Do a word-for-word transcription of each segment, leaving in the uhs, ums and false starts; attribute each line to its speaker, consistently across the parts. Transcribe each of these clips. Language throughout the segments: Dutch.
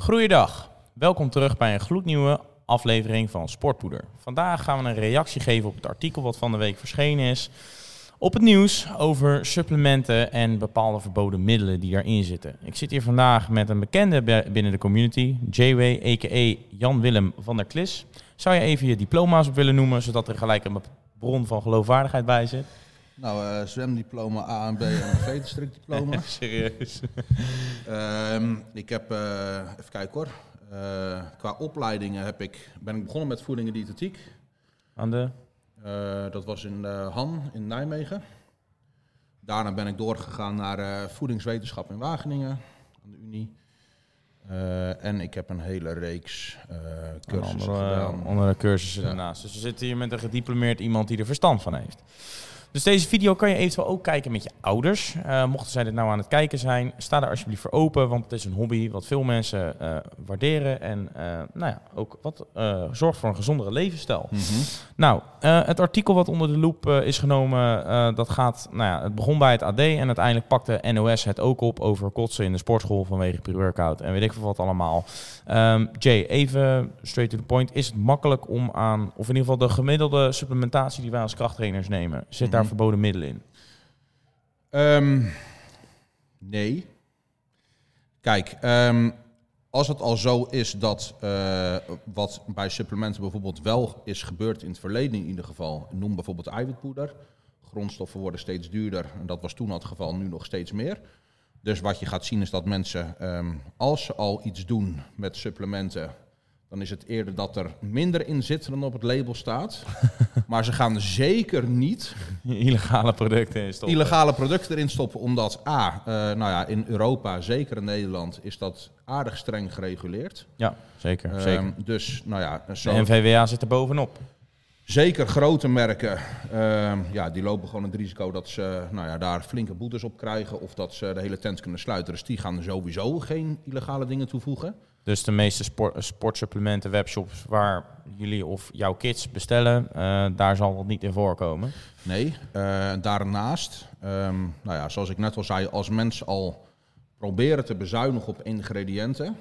Speaker 1: Goeiedag, welkom terug bij een gloednieuwe aflevering van Sportpoeder. Vandaag gaan we een reactie geven op het artikel wat van de week verschenen is op het nieuws over supplementen en bepaalde verboden middelen die daarin zitten. Ik zit hier vandaag met een bekende binnen de community, J-Way, a k a. Jan-Willem van der Klis. Zou je even je diploma's op willen noemen, zodat er gelijk een bron van geloofwaardigheid bij zit?
Speaker 2: Nou, uh, zwemdiploma, A en B en een veterstrikdiploma.
Speaker 1: Serieus?
Speaker 2: um, ik heb, uh, even kijken hoor, uh, qua opleidingen heb ik, ben ik begonnen met voeding en diëtetiek.
Speaker 1: Aan de?
Speaker 2: Uh, dat was in uh, Han in Nijmegen. Daarna ben ik doorgegaan naar uh, voedingswetenschap in Wageningen, aan de Unie. Uh, en ik heb een hele reeks uh, cursussen
Speaker 1: andere,
Speaker 2: gedaan.
Speaker 1: Andere cursussen
Speaker 2: ja.
Speaker 1: daarnaast. Dus we zitten hier met een gediplomeerd iemand die er verstand van heeft. Dus deze video kan je eventueel ook kijken met je ouders. Uh, mochten zij dit nou aan het kijken zijn, sta daar alsjeblieft voor open. Want het is een hobby wat veel mensen uh, waarderen. En uh, nou ja, ook wat uh, zorgt voor een gezondere levensstijl.
Speaker 2: Mm-hmm.
Speaker 1: Nou, uh, het artikel wat onder de loep uh, is genomen, uh, dat gaat, nou ja, het begon bij het A D. En uiteindelijk pakte N O S het ook op over kotsen in de sportschool vanwege pre-workout. En weet ik veel wat allemaal. Um, Jay, even straight to the point. Is het makkelijk om aan, of in ieder geval de gemiddelde supplementatie die wij als krachttrainers nemen, zit daar verboden middelen in?
Speaker 2: Um, nee. Kijk, um, als het al zo is dat uh, wat bij supplementen bijvoorbeeld wel is gebeurd in het verleden in ieder geval, noem bijvoorbeeld eiwitpoeder. Grondstoffen worden steeds duurder en dat was toen al het geval, nu nog steeds meer. Dus wat je gaat zien is dat mensen, um, als ze al iets doen met supplementen, dan is het eerder dat er minder in zit dan op het label staat. Maar ze gaan zeker niet
Speaker 1: illegale producten in stoppen.
Speaker 2: Illegale producten erin stoppen, omdat A, uh, nou ja, in Europa, zeker in Nederland, is dat aardig streng gereguleerd.
Speaker 1: Ja, zeker.
Speaker 2: Um,
Speaker 1: zeker.
Speaker 2: Dus, nou ja, zo
Speaker 1: de N V W A zit er bovenop.
Speaker 2: Zeker grote merken, uh, ja, die lopen gewoon het risico dat ze nou ja, daar flinke boetes op krijgen of dat ze de hele tent kunnen sluiten. Dus die gaan sowieso geen illegale dingen toevoegen.
Speaker 1: Dus de meeste sport, sportsupplementen, webshops waar jullie of jouw kids bestellen, uh, daar zal dat niet in voorkomen?
Speaker 2: Nee, uh, daarnaast, um, nou ja, zoals ik net al zei, als mensen al proberen te bezuinigen op ingrediënten,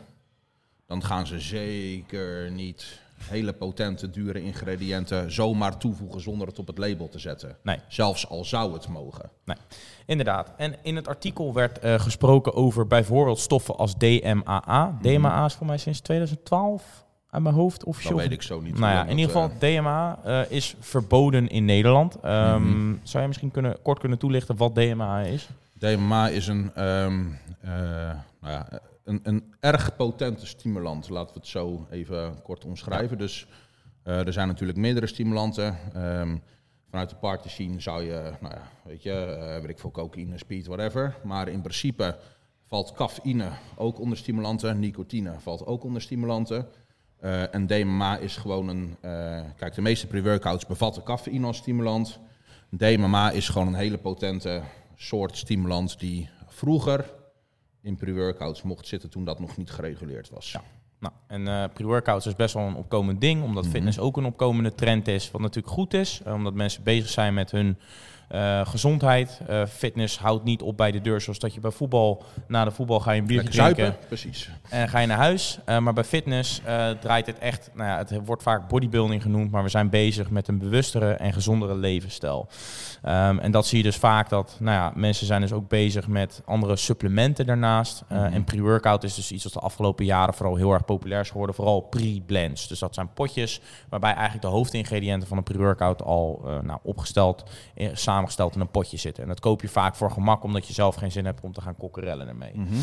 Speaker 2: dan gaan ze zeker niet hele potente, dure ingrediënten zomaar toevoegen zonder het op het label te zetten. Nee. Zelfs al zou het mogen.
Speaker 1: Nee, inderdaad. En in het artikel werd uh, gesproken over bijvoorbeeld stoffen als D M A A. Mm-hmm. D M A A is voor mij sinds twintig twaalf aan mijn hoofd officieel.
Speaker 2: Dat weet ik zo niet.
Speaker 1: Nou ja, in ieder geval, uh... D M A A uh, is verboden in Nederland. Um, mm-hmm. Zou je misschien kunnen, kort kunnen toelichten wat D M A A is?
Speaker 2: D M A A is een, um, uh, nou ja, een, een erg potente stimulant. Laten we het zo even kort omschrijven. Ja. Dus uh, er zijn natuurlijk meerdere stimulanten. Um, vanuit de party scene zou je, nou ja, weet je, uh, weet ik veel, cocaïne, speed, whatever. Maar in principe valt cafeïne ook onder stimulanten. Nicotine valt ook onder stimulanten. Uh, en D M A A is gewoon een... Uh, kijk, de meeste pre-workouts bevatten cafeïne als stimulant. D M A A is gewoon een hele potente soort stimulant die vroeger in pre-workouts mocht zitten toen dat nog niet gereguleerd was.
Speaker 1: Ja. Nou, en uh, pre-workouts is best wel een opkomend ding, omdat mm-hmm. fitness ook een opkomende trend is, wat natuurlijk goed is, uh, omdat mensen bezig zijn met hun uh, gezondheid. Uh, fitness houdt niet op bij de deur, zoals dat je bij voetbal, na de voetbal ga je een biertje drinken.
Speaker 2: Zuipen, precies.
Speaker 1: En ga je naar huis. Uh, maar bij fitness uh, draait het echt, nou ja, het wordt vaak bodybuilding genoemd, maar we zijn bezig met een bewustere en gezondere levensstijl. Um, en dat zie je dus vaak dat, nou ja, mensen zijn dus ook bezig met andere supplementen daarnaast. Uh, mm-hmm. En pre-workout is dus iets wat de afgelopen jaren vooral heel erg populair is geworden. Vooral pre-blends. Dus dat zijn potjes waarbij eigenlijk de hoofdingrediënten van een pre-workout al uh, nou, opgesteld, uh, samengesteld in een potje zitten. En dat koop je vaak voor gemak, omdat je zelf geen zin hebt om te gaan kokkerellen ermee. Mm-hmm.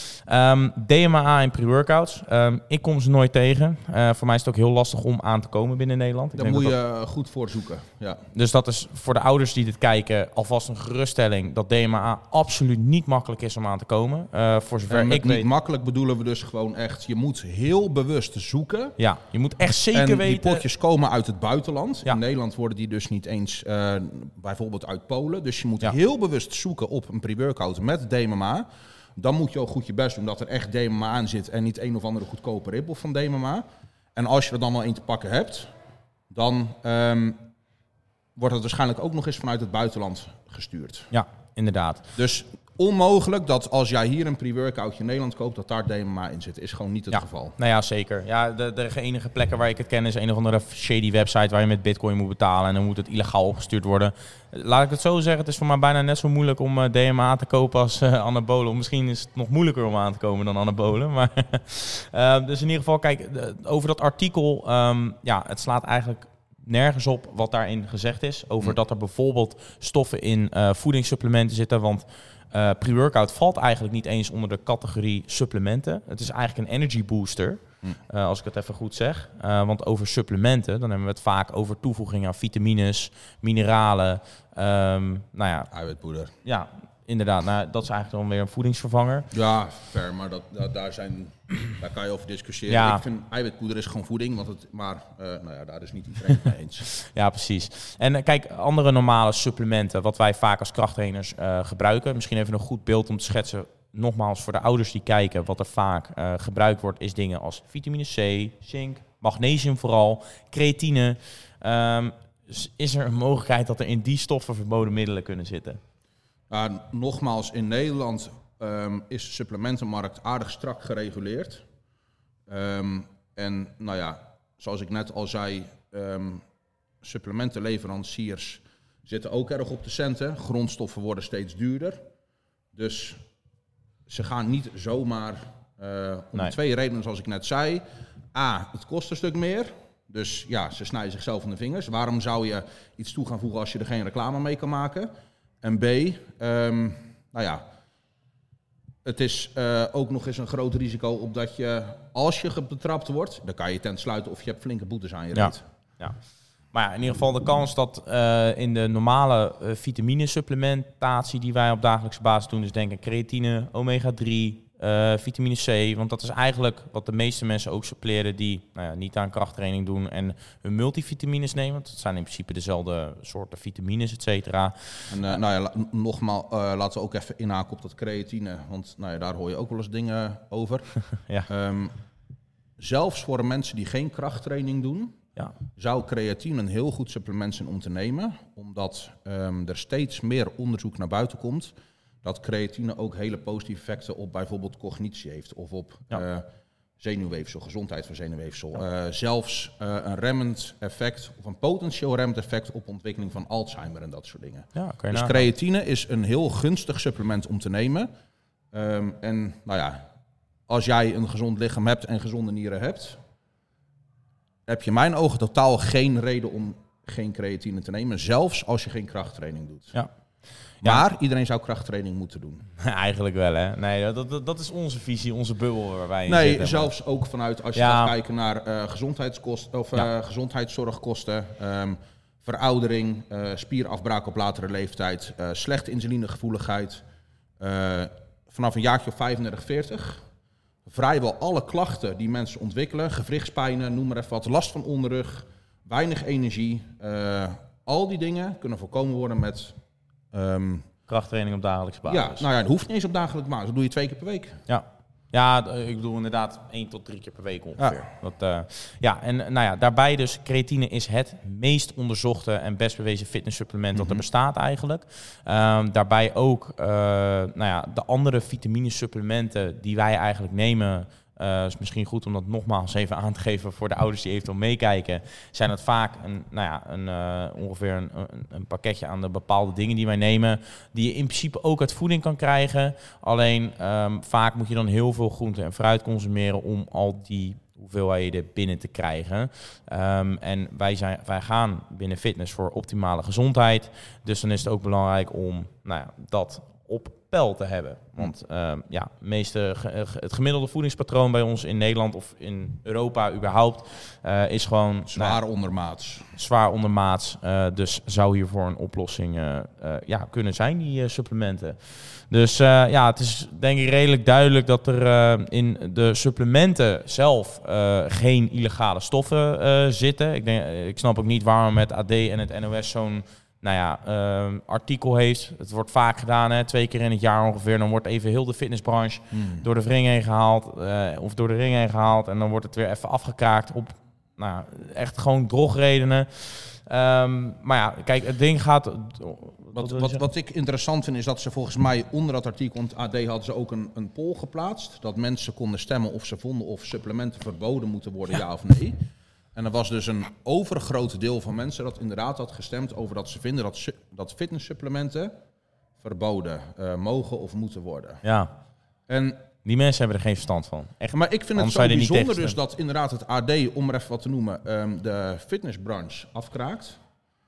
Speaker 1: Um, D M A A en pre-workouts. Um, ik kom ze nooit tegen. Uh, voor mij is het ook heel lastig om aan te komen binnen Nederland. Ik
Speaker 2: Daar
Speaker 1: denk
Speaker 2: moet
Speaker 1: dat
Speaker 2: je
Speaker 1: dat...
Speaker 2: goed voor zoeken. Ja.
Speaker 1: Dus dat is voor de ouders die dit kijken alvast een geruststelling dat D M A A absoluut niet makkelijk is om aan te komen. Uh, voor zover
Speaker 2: en met
Speaker 1: ik
Speaker 2: niet
Speaker 1: weet...
Speaker 2: makkelijk bedoelen we dus gewoon echt, je moet heel bewust zoeken.
Speaker 1: Ja, je moet echt zeker
Speaker 2: en
Speaker 1: weten...
Speaker 2: die potjes komen uit het buitenland.
Speaker 1: Ja.
Speaker 2: In Nederland worden die dus niet eens uh, bijvoorbeeld uit Polen. Dus je moet
Speaker 1: ja.
Speaker 2: heel bewust zoeken op een pre-workout met D M A A. Dan moet je ook goed je best doen dat er echt D M A A aan zit en niet een of andere goedkope rip-off van D M A A. En als je er dan al één te pakken hebt, dan um, wordt het waarschijnlijk ook nog eens vanuit het buitenland gestuurd.
Speaker 1: Ja, inderdaad.
Speaker 2: Dus onmogelijk dat als jij hier een pre-workoutje in Nederland koopt, dat daar D M A in zit. Is gewoon niet het
Speaker 1: ja.
Speaker 2: geval.
Speaker 1: Nou ja, zeker. Ja, de, de enige plekken waar ik het ken is een of andere shady website waar je met bitcoin moet betalen en dan moet het illegaal opgestuurd worden. Laat ik het zo zeggen, het is voor mij bijna net zo moeilijk om uh, D M A te kopen als uh, anabolen. Misschien is het nog moeilijker om aan te komen dan anabolen. Maar uh, dus in ieder geval, kijk, de, over dat artikel, um, ja, het slaat eigenlijk nergens op wat daarin gezegd is. Over hm. dat er bijvoorbeeld stoffen in uh, voedingssupplementen zitten, want Uh, pre-workout valt eigenlijk niet eens onder de categorie supplementen. Het is eigenlijk een energy booster, hm. uh, als ik het even goed zeg. Uh, want over supplementen, dan hebben we het vaak over toevoeging aan vitamines, mineralen. Um, nou ja,
Speaker 2: eiwitpoeder.
Speaker 1: Ja, inderdaad. Nou, dat is eigenlijk dan weer een voedingsvervanger.
Speaker 2: Ja, fair, maar dat, dat, daar, zijn, daar kan je over discussiëren. Ja. Ik vind eiwitpoeder is gewoon voeding, want het, maar uh, nou ja, daar is niet iedereen mee eens.
Speaker 1: Ja, precies. En uh, kijk, andere normale supplementen, wat wij vaak als krachttrainers uh, gebruiken. Misschien even een goed beeld om te schetsen. Nogmaals, voor de ouders die kijken, wat er vaak uh, gebruikt wordt, is dingen als vitamine C, zink, magnesium vooral, creatine. Um, is er een mogelijkheid dat er in die stoffen verboden middelen kunnen zitten?
Speaker 2: Uh, nogmaals, in Nederland um, is de supplementenmarkt aardig strak gereguleerd. Um, en nou ja, zoals ik net al zei, um, supplementenleveranciers zitten ook erg op de centen. Grondstoffen worden steeds duurder. Dus ze gaan niet zomaar, uh, om nee. twee redenen zoals ik net zei. A, het kost een stuk meer. Dus ja, ze snijden zichzelf in de vingers. Waarom zou je iets toe gaan voegen als je er geen reclame mee kan maken? En B, um, nou ja, het is uh, ook nog eens een groot risico op dat je, als je betrapt wordt, dan kan je tent sluiten of je hebt flinke boetes aan je reet.
Speaker 1: Ja. Ja. Maar ja, in ieder geval de kans dat uh, in de normale uh, vitaminesupplementatie die wij op dagelijkse basis doen, dus denk aan creatine, omega drie, uh, vitamine C, want dat is eigenlijk wat de meeste mensen ook suppleren die nou ja, niet aan krachttraining doen en hun multivitamines nemen. Want dat zijn in principe dezelfde soorten vitamines, et cetera.
Speaker 2: En uh, nou ja, nogmaals, uh, laten we ook even inhaken op dat creatine, want nou ja, daar hoor je ook wel eens dingen over. Ja. Um, zelfs voor mensen die geen krachttraining doen, ja. zou creatine een heel goed supplement zijn om te nemen, omdat um, er steeds meer onderzoek naar buiten komt dat creatine ook hele positieve effecten op bijvoorbeeld cognitie heeft of op ja. uh, zenuwweefsel, gezondheid van zenuwweefsel. Ja. Uh, zelfs uh, een remmend effect of een potentieel remmend effect op ontwikkeling van Alzheimer en dat soort dingen. Ja, dus nagaan. Creatine is een heel gunstig supplement om te nemen. Um, en nou ja, als jij een gezond lichaam hebt en gezonde nieren hebt, heb je in mijn ogen totaal geen reden om geen creatine te nemen, zelfs als je geen krachttraining doet. Ja. Maar ja. iedereen zou krachttraining moeten doen.
Speaker 1: Eigenlijk wel, hè? Nee, dat, dat, dat is onze visie, onze bubbel waar wij in
Speaker 2: nee,
Speaker 1: zitten.
Speaker 2: Nee, zelfs maar. Ook vanuit, als je ja. gaat kijken naar uh, gezondheidskosten of ja. uh, gezondheidszorgkosten, um, veroudering, uh, spierafbraak op latere leeftijd, uh, slechte insulinegevoeligheid. Uh, vanaf een jaartje of vijfendertig, veertig... vrijwel alle klachten die mensen ontwikkelen, gewrichtspijnen, noem maar even wat, last van onderrug, weinig energie. Uh, al die dingen kunnen voorkomen worden met Um,
Speaker 1: krachttraining op dagelijkse basis.
Speaker 2: Ja, nou ja, het hoeft niet eens op dagelijkse basis. Dat doe je twee keer per week.
Speaker 1: Ja, ja ik bedoel inderdaad één tot drie keer per week ongeveer. Ja, dat, uh, ja en nou ja, daarbij dus creatine is het meest onderzochte en best bewezen fitnesssupplement mm-hmm. dat er bestaat eigenlijk. Um, daarbij ook uh, nou ja, de andere vitaminesupplementen die wij eigenlijk nemen. Uh, is misschien goed om dat nogmaals even aan te geven voor de ouders die eventueel meekijken. Zijn het vaak een, nou ja, een, uh, ongeveer een, een, een pakketje aan de bepaalde dingen die wij nemen, die je in principe ook uit voeding kan krijgen. Alleen um, vaak moet je dan heel veel groente en fruit consumeren om al die hoeveelheden binnen te krijgen. Um, en wij, zijn, wij gaan binnen fitness voor optimale gezondheid. Dus dan is het ook belangrijk om nou ja, dat op peil te hebben. Want uh, ja, meeste, het gemiddelde voedingspatroon bij ons in Nederland of in Europa überhaupt uh, is gewoon
Speaker 2: zwaar
Speaker 1: nou,
Speaker 2: ondermaats.
Speaker 1: Zwaar ondermaats. Uh, dus zou hiervoor een oplossing uh, uh, ja, kunnen zijn, die uh, supplementen. Dus uh, ja, het is denk ik redelijk duidelijk dat er uh, in de supplementen zelf uh, geen illegale stoffen uh, zitten. Ik, denk, ik snap ook niet waarom het A D en het N O S zo'n nou ja, uh, artikel heeft. Het wordt vaak gedaan, hè, twee keer in het jaar ongeveer. Dan wordt even heel de fitnessbranche hmm. door de ring heen gehaald. Uh, of door de ring heen gehaald. En dan wordt het weer even afgekraakt op nou, echt gewoon drogredenen. Um, maar ja, kijk, het ding gaat...
Speaker 2: Wat, wat, wat ik interessant vind is dat ze volgens mij onder dat artikel in het A D hadden ze ook een, een poll geplaatst. Dat mensen konden stemmen of ze vonden of supplementen verboden moeten worden, ja, ja of nee. En er was dus een overgroot deel van mensen dat inderdaad had gestemd over dat ze vinden dat, su- dat fitnesssupplementen verboden uh, mogen of moeten worden.
Speaker 1: Ja,
Speaker 2: en
Speaker 1: die mensen hebben er geen verstand van. Echt.
Speaker 2: Maar ik vind het zo bijzonder dus dat inderdaad het A D, om er even wat te noemen, um, de fitnessbranche afkraakt.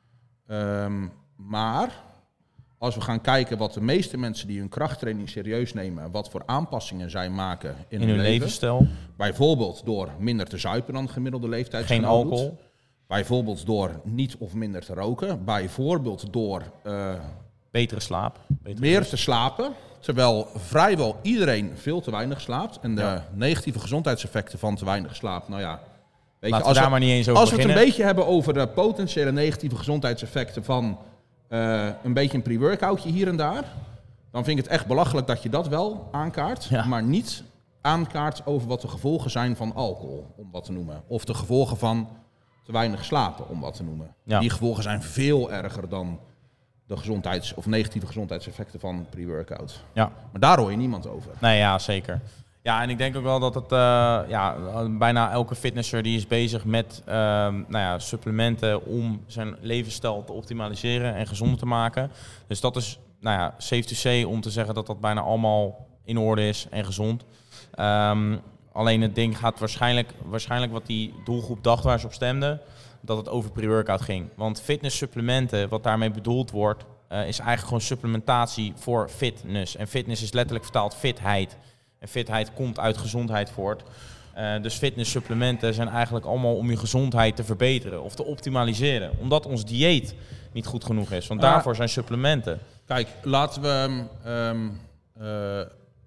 Speaker 2: Um, maar als we gaan kijken wat de meeste mensen die hun krachttraining serieus nemen, wat voor aanpassingen zij maken in,
Speaker 1: in hun, hun
Speaker 2: leven.
Speaker 1: levensstijl.
Speaker 2: Bijvoorbeeld door minder te zuipen dan gemiddelde leeftijd.
Speaker 1: Geen alcohol. Doet.
Speaker 2: Bijvoorbeeld door niet of minder te roken. Bijvoorbeeld door uh,
Speaker 1: betere slaap. Betere
Speaker 2: meer
Speaker 1: rust.
Speaker 2: te slapen. Terwijl vrijwel iedereen veel te weinig slaapt. En de ja. negatieve gezondheidseffecten van te weinig slaap, nou ja. Weet
Speaker 1: Laten
Speaker 2: je, als
Speaker 1: we daar
Speaker 2: we,
Speaker 1: maar niet eens over
Speaker 2: Als
Speaker 1: beginnen.
Speaker 2: we het een beetje hebben over de potentiële negatieve gezondheidseffecten van uh, een beetje een pre-workoutje hier en daar, dan vind ik het echt belachelijk dat je dat wel aankaart, ja. maar niet aankaart over wat de gevolgen zijn van alcohol, om wat te noemen. Of de gevolgen van te weinig slapen, om wat te noemen. Ja. Die gevolgen zijn veel erger dan de gezondheids- of negatieve gezondheidseffecten van pre-workout.
Speaker 1: Ja.
Speaker 2: Maar daar hoor je niemand over.
Speaker 1: Nee, ja, zeker. Ja, en ik denk ook wel dat het, uh, ja, bijna elke fitnesser die is bezig met uh, nou ja, supplementen om zijn levensstijl te optimaliseren en gezonder te maken. Dus dat is, nou ja, safe to say om te zeggen dat dat bijna allemaal in orde is en gezond. Um, alleen het ding gaat waarschijnlijk, waarschijnlijk wat die doelgroep dacht waar ze op stemden, dat het over pre-workout ging. Want fitnesssupplementen, wat daarmee bedoeld wordt, uh, is eigenlijk gewoon supplementatie voor fitness. En fitness is letterlijk vertaald fitheid. En fitheid komt uit gezondheid voort. Uh, dus fitnesssupplementen zijn eigenlijk allemaal om je gezondheid te verbeteren of te optimaliseren. Omdat ons dieet niet goed genoeg is. Want daarvoor zijn supplementen.
Speaker 2: Kijk, laten we um, uh,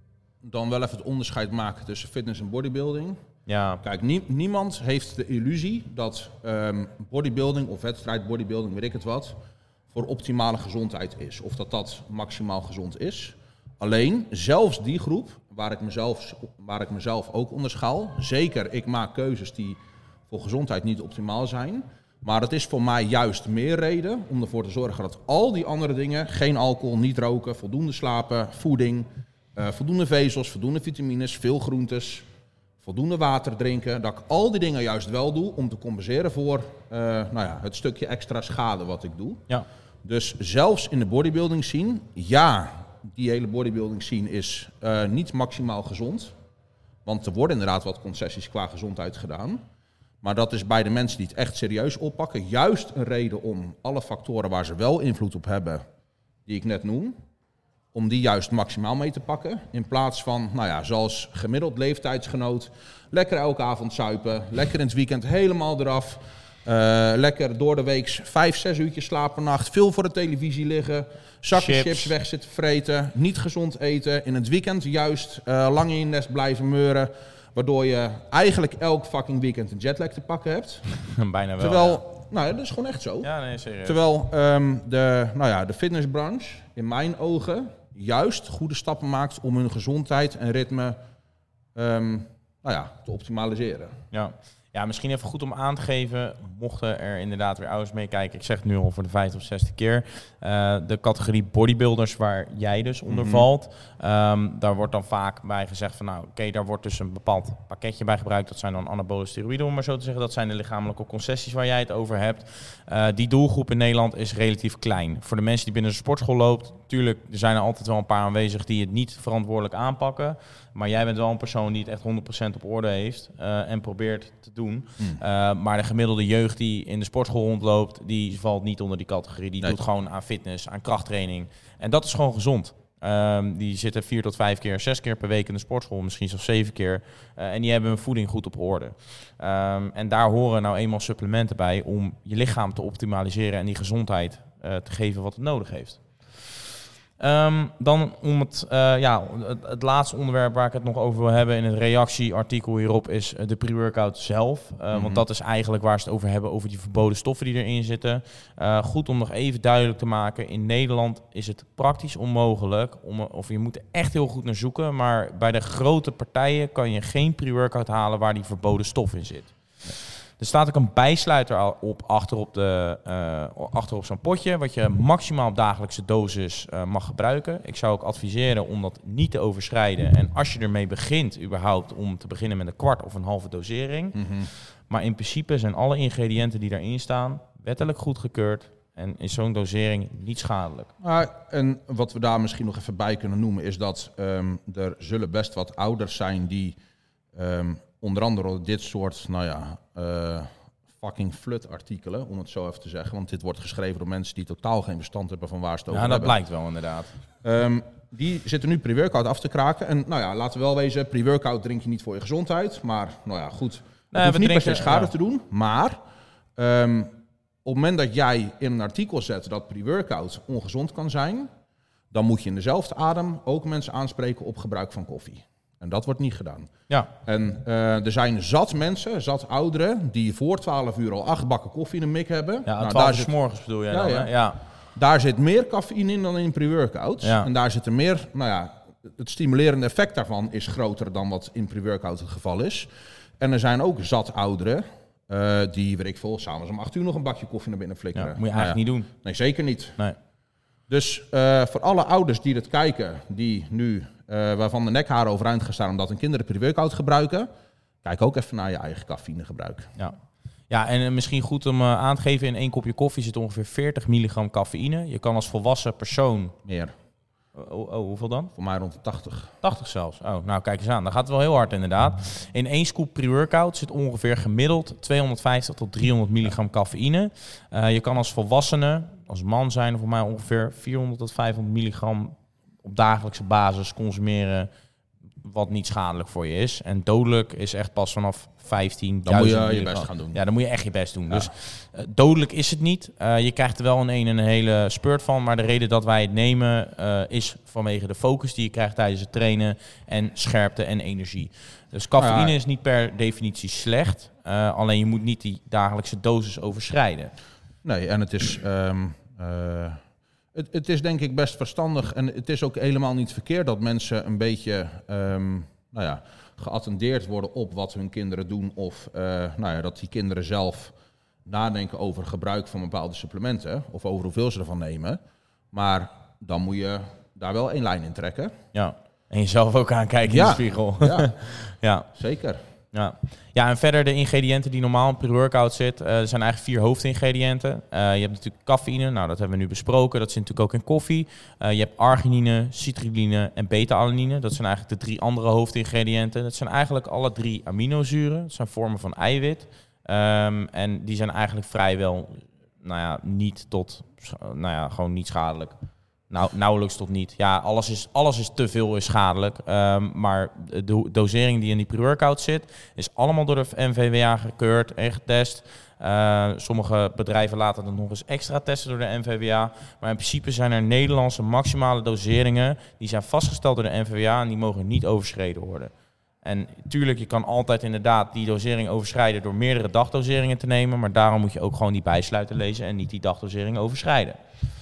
Speaker 2: dan wel even het onderscheid maken tussen fitness en bodybuilding.
Speaker 1: Ja.
Speaker 2: Kijk, nie- niemand heeft de illusie dat um, bodybuilding of wedstrijd bodybuilding, weet ik het wat, voor optimale gezondheid is. Of dat dat maximaal gezond is. Alleen, zelfs die groep, waar ik mezelf, waar ik mezelf ook onderschaal, zeker, ik maak keuzes die voor gezondheid niet optimaal zijn. Maar het is voor mij juist meer reden om ervoor te zorgen dat al die andere dingen, geen alcohol, niet roken, voldoende slapen, voeding, uh, voldoende vezels, voldoende vitamines, veel groentes, voldoende water drinken, dat ik al die dingen juist wel doe om te compenseren voor uh, nou ja, het stukje extra schade wat ik doe.
Speaker 1: Ja.
Speaker 2: Dus zelfs in de bodybuilding scene, ja, die hele bodybuilding scene is uh, niet maximaal gezond. Want er worden inderdaad wat concessies qua gezondheid gedaan. Maar dat is bij de mensen die het echt serieus oppakken juist een reden om alle factoren waar ze wel invloed op hebben, die ik net noem, om die juist maximaal mee te pakken. In plaats van, nou ja, zoals gemiddeld leeftijdsgenoot, lekker elke avond zuipen, lekker in het weekend helemaal eraf. Uh, lekker door de week vijf, zes uurtjes slapen per nacht, veel voor de televisie liggen, zakken chips, chips weg zitten vreten, niet gezond eten. In het weekend juist uh, lang in je nest blijven meuren, waardoor je eigenlijk elk fucking weekend een jetlag te pakken hebt.
Speaker 1: Bijna wel.
Speaker 2: Terwijl,
Speaker 1: ja.
Speaker 2: nou ja, dat is gewoon echt zo.
Speaker 1: Ja, nee, serieus.
Speaker 2: Terwijl um, de, nou ja, de fitnessbranche in mijn ogen juist goede stappen maakt om hun gezondheid en ritme um, nou ja, te optimaliseren.
Speaker 1: Ja. Ja, misschien even goed om aan te geven, mochten er inderdaad weer ouders meekijken, ik zeg het nu al voor de vijfde of zesde keer, uh, de categorie bodybuilders waar jij dus onder mm-hmm. valt, um, daar wordt dan vaak bij gezegd van nou, oké, okay, daar wordt dus een bepaald pakketje bij gebruikt, dat zijn dan anabole steroïden, om maar zo te zeggen, dat zijn de lichamelijke concessies waar jij het over hebt. Uh, die doelgroep in Nederland is relatief klein. Voor de mensen die binnen de sportschool loopt, natuurlijk, er zijn er altijd wel een paar aanwezig die het niet verantwoordelijk aanpakken, maar jij bent wel een persoon die het echt honderd procent op orde heeft uh, en probeert te doen. Mm. Uh, maar de gemiddelde jeugd die in de sportschool rondloopt, die valt niet onder die categorie. Die nee. doet gewoon aan fitness, aan krachttraining. En dat is gewoon gezond. Um, die zitten vier tot vijf keer, zes keer per week in de sportschool, misschien zelfs zeven keer. Uh, en die hebben hun voeding goed op orde. Um, en daar horen nou eenmaal supplementen bij om je lichaam te optimaliseren en die gezondheid uh, te geven wat het nodig heeft. Um, dan om het, uh, ja, het, het laatste onderwerp waar ik het nog over wil hebben in het reactieartikel hierop is uh, de pre-workout zelf. Uh, mm-hmm. Want dat is eigenlijk waar ze het over hebben, over die verboden stoffen die erin zitten. Uh, goed om nog even duidelijk te maken, in Nederland is het praktisch onmogelijk, om, of je moet er echt heel goed naar zoeken, maar bij de grote partijen kan je geen pre-workout halen waar die verboden stof in zit. Er staat ook een bijsluiter al op achter op, de, uh, achter op zo'n potje, wat je maximaal op dagelijkse dosis uh, mag gebruiken. Ik zou ook adviseren om dat niet te overschrijden. En als je ermee begint, überhaupt, om te beginnen met een kwart of een halve dosering.
Speaker 2: Mm-hmm.
Speaker 1: Maar in principe zijn alle ingrediënten die daarin staan wettelijk goedgekeurd. En is zo'n dosering niet schadelijk.
Speaker 2: Ah, en wat we daar misschien nog even bij kunnen noemen is dat um, er zullen best wat ouders zijn die um, onder andere dit soort, nou ja, uh, fucking flut-artikelen, om het zo even te zeggen. Want dit wordt geschreven door mensen die totaal geen verstand hebben van waar ze het over
Speaker 1: ja, dat
Speaker 2: hebben.
Speaker 1: blijkt wel inderdaad.
Speaker 2: Um, die zitten nu pre-workout af te kraken. En nou ja, laten we wel wezen, pre-workout drink je niet voor je gezondheid. Maar nou ja, goed. Het
Speaker 1: nee,
Speaker 2: hoeft
Speaker 1: we
Speaker 2: niet per
Speaker 1: drinken,
Speaker 2: se schade
Speaker 1: ja.
Speaker 2: te doen. Maar um, op het moment dat jij in een artikel zet dat pre-workout ongezond kan zijn, dan moet je in dezelfde adem ook mensen aanspreken op gebruik van koffie. En dat wordt niet gedaan.
Speaker 1: Ja.
Speaker 2: En uh, er zijn zat mensen, zat ouderen, die voor twaalf uur al acht bakken koffie in een mik hebben.
Speaker 1: Ja,
Speaker 2: nou,
Speaker 1: twaalf
Speaker 2: daar
Speaker 1: uur
Speaker 2: zit,
Speaker 1: morgens bedoel jij
Speaker 2: ja,
Speaker 1: dan,
Speaker 2: ja.
Speaker 1: hè? Ja.
Speaker 2: Daar zit meer cafeïne in dan in pre-workouts.
Speaker 1: Ja.
Speaker 2: En daar zit er meer, nou ja, het stimulerende effect daarvan is groter dan wat in pre-workout het geval is. En er zijn ook zat ouderen, uh, die, weet ik veel, s'avonds om acht uur nog een bakje koffie naar binnen flikkeren.
Speaker 1: Ja, moet je eigenlijk
Speaker 2: nou ja.
Speaker 1: niet doen.
Speaker 2: Nee, zeker niet.
Speaker 1: Nee.
Speaker 2: Dus uh, voor alle ouders die dit kijken, die nu, uh, waarvan de nekharen overeind gaan staan omdat hun kinderen pre-workout gebruiken, kijk ook even naar je eigen cafeïnegebruik.
Speaker 1: Ja. Ja, en uh, misschien goed om uh, aan te geven, in één kopje koffie zit ongeveer veertig milligram cafeïne. Je kan als volwassen persoon...
Speaker 2: Meer.
Speaker 1: Oh, oh, hoeveel dan?
Speaker 2: Voor mij rond de tachtig.
Speaker 1: tachtig zelfs. Oh, nou kijk eens aan. Dan gaat het wel heel hard inderdaad. In één scoop pre-workout zit ongeveer gemiddeld tweehonderdvijftig tot driehonderd milligram cafeïne. Uh, je kan als volwassene, als man zijn, voor mij ongeveer vierhonderd tot vijfhonderd milligram op dagelijkse basis consumeren, wat niet schadelijk voor je is. En dodelijk is echt pas vanaf vijftien.
Speaker 2: Dan moet je
Speaker 1: milligram.
Speaker 2: je best gaan doen.
Speaker 1: Ja, dan moet je echt je best doen.
Speaker 2: Ja.
Speaker 1: Dus uh, dodelijk is het niet. Uh, je krijgt er wel in een, een hele spurt van. Maar de reden dat wij het nemen uh, is vanwege de focus die je krijgt tijdens het trainen en scherpte en energie. Dus cafeïne
Speaker 2: ja.
Speaker 1: is niet per definitie slecht. Uh, alleen je moet niet die dagelijkse dosis overschrijden.
Speaker 2: Nee, en het is... Um, uh, het, het is denk ik best verstandig en het is ook helemaal niet verkeerd dat mensen een beetje... Um, nou ja, geattendeerd worden op wat hun kinderen doen of uh, nou ja, dat die kinderen zelf nadenken over gebruik van bepaalde supplementen of over hoeveel ze ervan nemen. Maar dan moet je daar wel één lijn in trekken.
Speaker 1: Ja, en jezelf ook aankijken
Speaker 2: ja.
Speaker 1: in de spiegel.
Speaker 2: Ja,
Speaker 1: ja.
Speaker 2: zeker.
Speaker 1: Ja. ja, en verder de ingrediënten die normaal in pre-workout zitten. Uh, er zijn eigenlijk vier hoofdingrediënten. Uh, je hebt natuurlijk cafeïne, nou dat hebben we nu besproken. Dat zit natuurlijk ook in koffie. Uh, je hebt arginine, citrulline en beta-alanine. Dat zijn eigenlijk de drie andere hoofdingrediënten. Dat zijn eigenlijk alle drie aminozuren. Dat zijn vormen van eiwit. Um, en die zijn eigenlijk vrijwel, nou ja, niet tot, nou ja, gewoon niet schadelijk. Nou, nauwelijks tot niet. Ja, alles is, alles is te veel is schadelijk. Um, maar de dosering die in die pre-workout zit, is allemaal door de N V W A gekeurd en getest. Uh, sommige bedrijven laten het nog eens extra testen door de N V W A. Maar in principe zijn er Nederlandse maximale doseringen. Die zijn vastgesteld door de N V W A en die mogen niet overschreden worden. En tuurlijk, je kan altijd inderdaad die dosering overschrijden door meerdere dagdoseringen te nemen. Maar daarom moet je ook gewoon die bijsluiter lezen en niet die dagdosering overschrijden.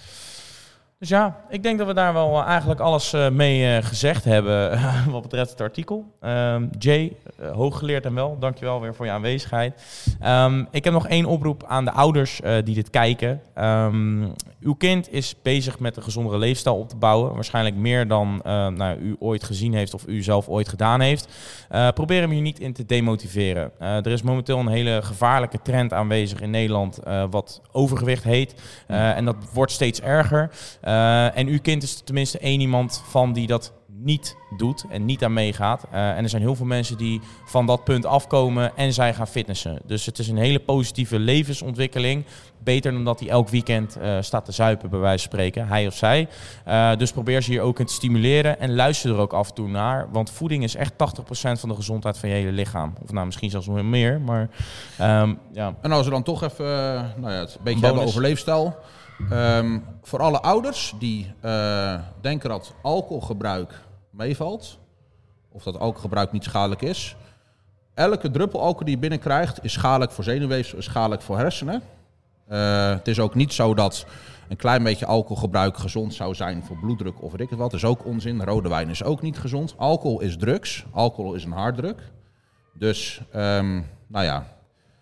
Speaker 1: Dus ja, ik denk dat we daar wel eigenlijk alles uh, mee uh, gezegd hebben uh, wat betreft het artikel. Um, Jay, uh, hooggeleerd en wel, dankjewel weer voor je aanwezigheid. Um, ik heb nog één oproep aan de ouders uh, die dit kijken. Um, uw kind is bezig met een gezondere leefstijl op te bouwen. Waarschijnlijk meer dan uh, nou, u ooit gezien heeft of u zelf ooit gedaan heeft. Uh, probeer hem hier niet in te demotiveren. Uh, er is momenteel een hele gevaarlijke trend aanwezig in Nederland uh, wat overgewicht heet. Uh, en dat wordt steeds erger. Uh, en uw kind is er tenminste één iemand van die dat niet doet en niet aan meegaat. Uh, en er zijn heel veel mensen die van dat punt afkomen en zij gaan fitnessen. Dus het is een hele positieve levensontwikkeling. Beter dan dat hij elk weekend uh, staat te zuipen, bij wijze van spreken, hij of zij. Uh, dus probeer ze hier ook in te stimuleren en luister er ook af en toe naar. Want voeding is echt tachtig procent van de gezondheid van je hele lichaam. Of nou, misschien zelfs nog meer, maar um, ja.
Speaker 2: En als we dan toch even uh, nou ja, het een beetje hebben over leefstijl. Um, voor alle ouders die uh, denken dat alcoholgebruik meevalt, of dat alcoholgebruik niet schadelijk is. Elke druppel alcohol die je binnenkrijgt is schadelijk voor zenuwweefsel, is schadelijk voor hersenen. Uh, het is ook niet zo dat een klein beetje alcoholgebruik gezond zou zijn voor bloeddruk of weet ik het wat. Dat is ook onzin. Rode wijn is ook niet gezond. Alcohol is drugs. Alcohol is een harddruk. Dus, um, nou ja...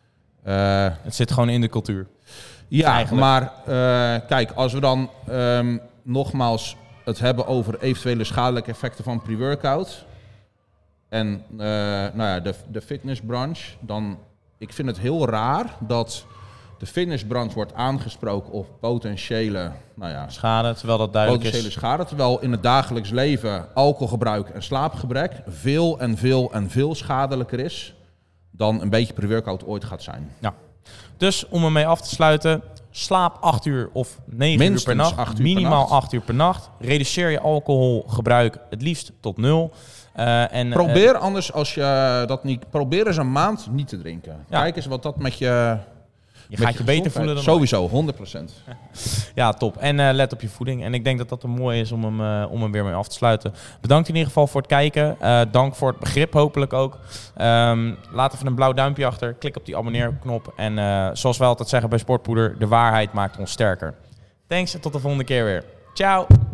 Speaker 2: Uh,
Speaker 1: het zit gewoon in de cultuur.
Speaker 2: Ja,
Speaker 1: Eigenlijk.
Speaker 2: maar uh, kijk, als we dan um, nogmaals het hebben over eventuele schadelijke effecten van pre-workout en uh, nou ja, de, de fitnessbranche, dan ik vind het heel raar dat de fitnessbranche wordt aangesproken op potentiële, nou ja,
Speaker 1: schade, terwijl dat duidelijk
Speaker 2: potentiële
Speaker 1: is.
Speaker 2: schade, terwijl in het dagelijks leven alcoholgebruik en slaapgebrek veel en veel en veel schadelijker is dan een beetje pre-workout ooit gaat zijn.
Speaker 1: Ja. Dus om ermee af te sluiten, slaap acht uur of negen
Speaker 2: Minstens
Speaker 1: uur per nacht.
Speaker 2: acht uur
Speaker 1: minimaal
Speaker 2: per nacht.
Speaker 1: acht uur per nacht. Reduceer je alcoholgebruik het liefst tot nul. Uh, en,
Speaker 2: probeer
Speaker 1: uh,
Speaker 2: anders, als je dat niet... Probeer eens een maand niet te drinken.
Speaker 1: Ja.
Speaker 2: Kijk eens wat dat met je...
Speaker 1: Je gaat je beter voelen dan
Speaker 2: sowieso, honderd procent.
Speaker 1: Ja, top. En uh, let op je voeding. En ik denk dat dat een mooi is om hem, uh, om hem weer mee af te sluiten. Bedankt in ieder geval voor het kijken. Uh, dank voor het begrip hopelijk ook. Um, laat even een blauw duimpje achter. Klik op die abonneerknop. En uh, zoals wij altijd zeggen bij Sportpoeder, de waarheid maakt ons sterker. Thanks en tot de volgende keer weer. Ciao!